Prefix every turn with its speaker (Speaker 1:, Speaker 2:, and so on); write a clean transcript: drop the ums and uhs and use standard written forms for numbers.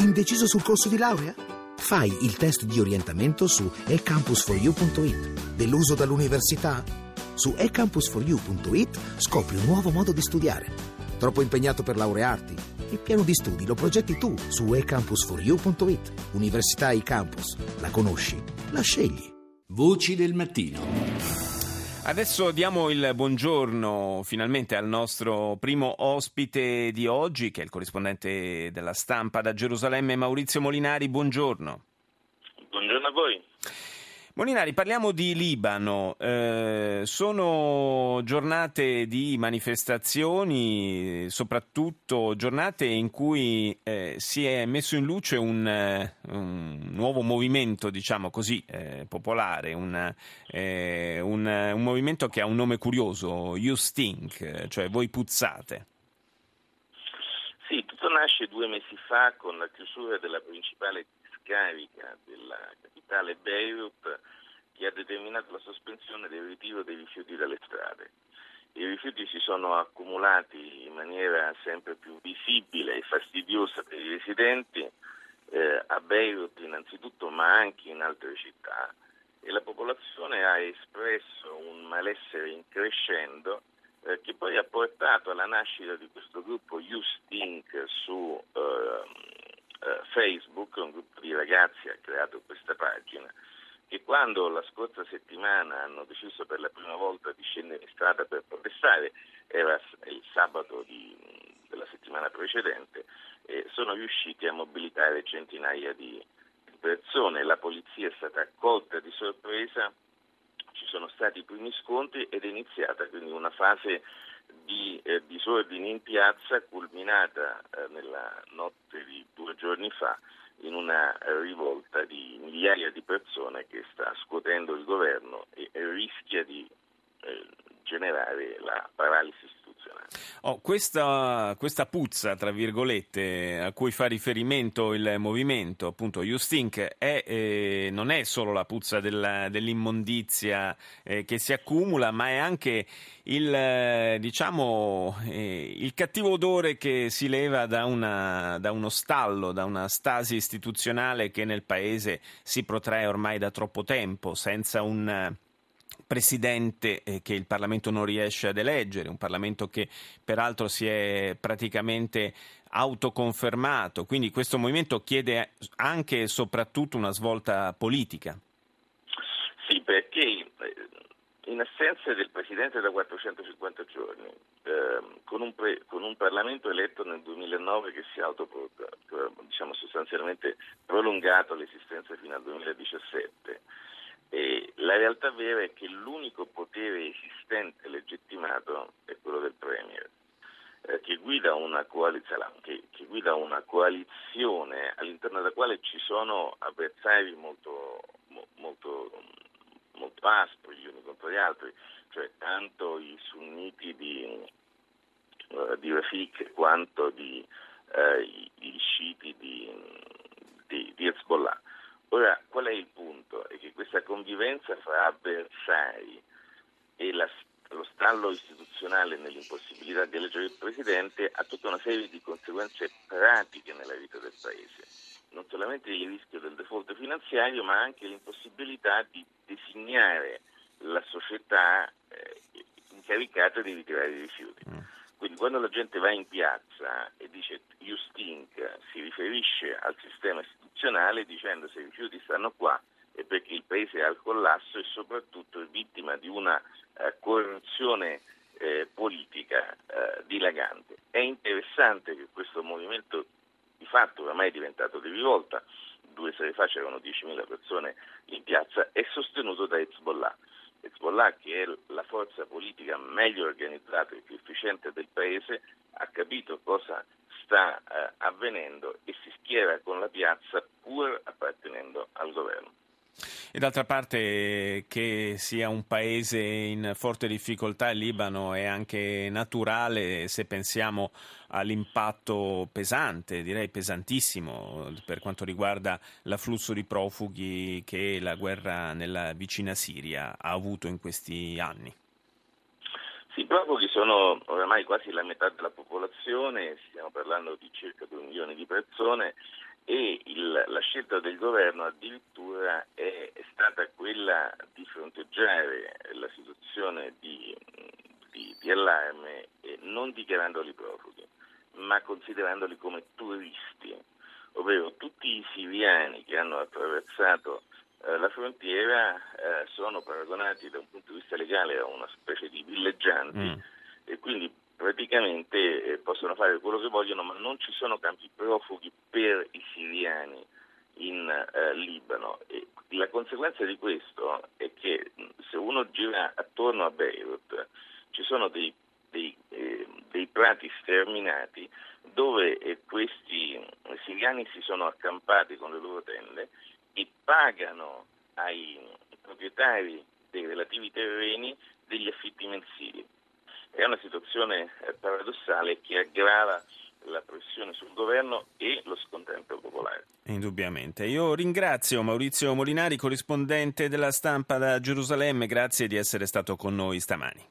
Speaker 1: Indeciso sul corso di laurea? Fai il test di orientamento su ecampus4u.it. Deluso dall'università? Su ecampus4u.it scopri un nuovo modo di studiare. Troppo impegnato per laurearti? Il piano di studi lo progetti tu su ecampus4u.it. Università eCampus. La conosci? La scegli.
Speaker 2: Voci del mattino.
Speaker 3: Adesso diamo il buongiorno finalmente al nostro primo ospite di oggi, che è il corrispondente della Stampa da Gerusalemme, Maurizio Molinari. Buongiorno.
Speaker 4: Buongiorno a voi.
Speaker 3: Molinari, parliamo di Libano. Sono giornate di manifestazioni, soprattutto giornate in cui si è messo in luce un nuovo movimento, diciamo così, popolare, un movimento che ha un nome curioso, You Stink, cioè voi puzzate.
Speaker 4: Sì, tutto nasce 2 mesi fa con la chiusura della principale discarica della capitale Beirut, che ha determinato la sospensione del ritiro dei rifiuti dalle strade. I rifiuti si sono accumulati in maniera sempre più visibile e fastidiosa per i residenti, a Beirut innanzitutto, ma anche in altre città, e la popolazione ha espresso un malessere in crescendo che poi ha portato alla nascita di questo gruppo You Stink su Facebook. Un gruppo di ragazzi ha creato questa pagina, che quando la scorsa settimana hanno deciso per la prima volta di scendere in strada per protestare, era il sabato della settimana precedente, sono riusciti a mobilitare centinaia di persone. La polizia è stata accolta di sorpresa, ci sono stati i primi scontri ed è iniziata quindi una fase di disordini in piazza, culminata nella notte di 2 giorni fa in una rivolta di migliaia di persone che sta scuotendo il governo e rischia di generare la paralisi istituzionale.
Speaker 3: Questa puzza, tra virgolette, a cui fa riferimento il movimento, appunto You Stink, non è solo la puzza dell'immondizia che si accumula, ma è anche il cattivo odore che si leva da uno stallo, da una stasi istituzionale che nel paese si protrae ormai da troppo tempo, senza un presidente che il Parlamento non riesce ad eleggere, un Parlamento che peraltro si è praticamente autoconfermato. Quindi questo movimento chiede anche e soprattutto una svolta politica.
Speaker 4: Sì, perché in assenza del presidente da 450 giorni, con un Parlamento eletto nel 2009 che si è sostanzialmente prolungato l'esistenza fino al 2017, la realtà vera è che l'unico potere esistente legittimato è quello del Premier, che guida una coalizione all'interno della quale ci sono avversari molto aspri gli uni contro gli altri, cioè tanto i sunniti di Rafik quanto i sciiti di Hezbollah. Ora, qual è il punto? È che questa convivenza fra avversari e lo stallo istituzionale nell'impossibilità di eleggere il Presidente ha tutta una serie di conseguenze pratiche nella vita del Paese. Non solamente il rischio del default finanziario, ma anche l'impossibilità di designare la società incaricata di ritirare i rifiuti. Quindi quando la gente va in piazza e dice You Stink, si riferisce al sistema istituzionale dicendo se i rifiuti stanno qua è perché il paese è al collasso e soprattutto è vittima di una corruzione politica dilagante. È interessante che questo movimento di fatto oramai è diventato di rivolta. 2 sere fa c'erano 10.000 persone in piazza, è sostenuto da Hezbollah, che è la forza politica meglio organizzata e più efficiente del paese, ha capito cosa sta avvenendo e si schiera con la piazza pur appartenendo al governo.
Speaker 3: E d'altra parte che sia un paese in forte difficoltà, il Libano, è anche naturale se pensiamo all'impatto pesante, direi pesantissimo, per quanto riguarda l'afflusso di profughi che la guerra nella vicina Siria ha avuto in questi anni.
Speaker 4: Sì, i profughi sono oramai quasi la metà della popolazione, stiamo parlando di circa 2 milioni di persone, e ovvero tutti i siriani che hanno attraversato la frontiera sono paragonati da un punto di vista legale a una specie di villeggianti e quindi praticamente possono fare quello che vogliono, ma non ci sono campi profughi per i siriani in Libano. E la conseguenza di questo è che se uno gira attorno a Beirut ci sono dei prati sterminati dove questi siriani si sono accampati con le loro tende e pagano ai proprietari dei relativi terreni degli affitti mensili. È una situazione paradossale che aggrava la pressione sul governo e lo scontento popolare.
Speaker 3: Indubbiamente. Io ringrazio Maurizio Molinari, corrispondente della Stampa da Gerusalemme, grazie di essere stato con noi stamani.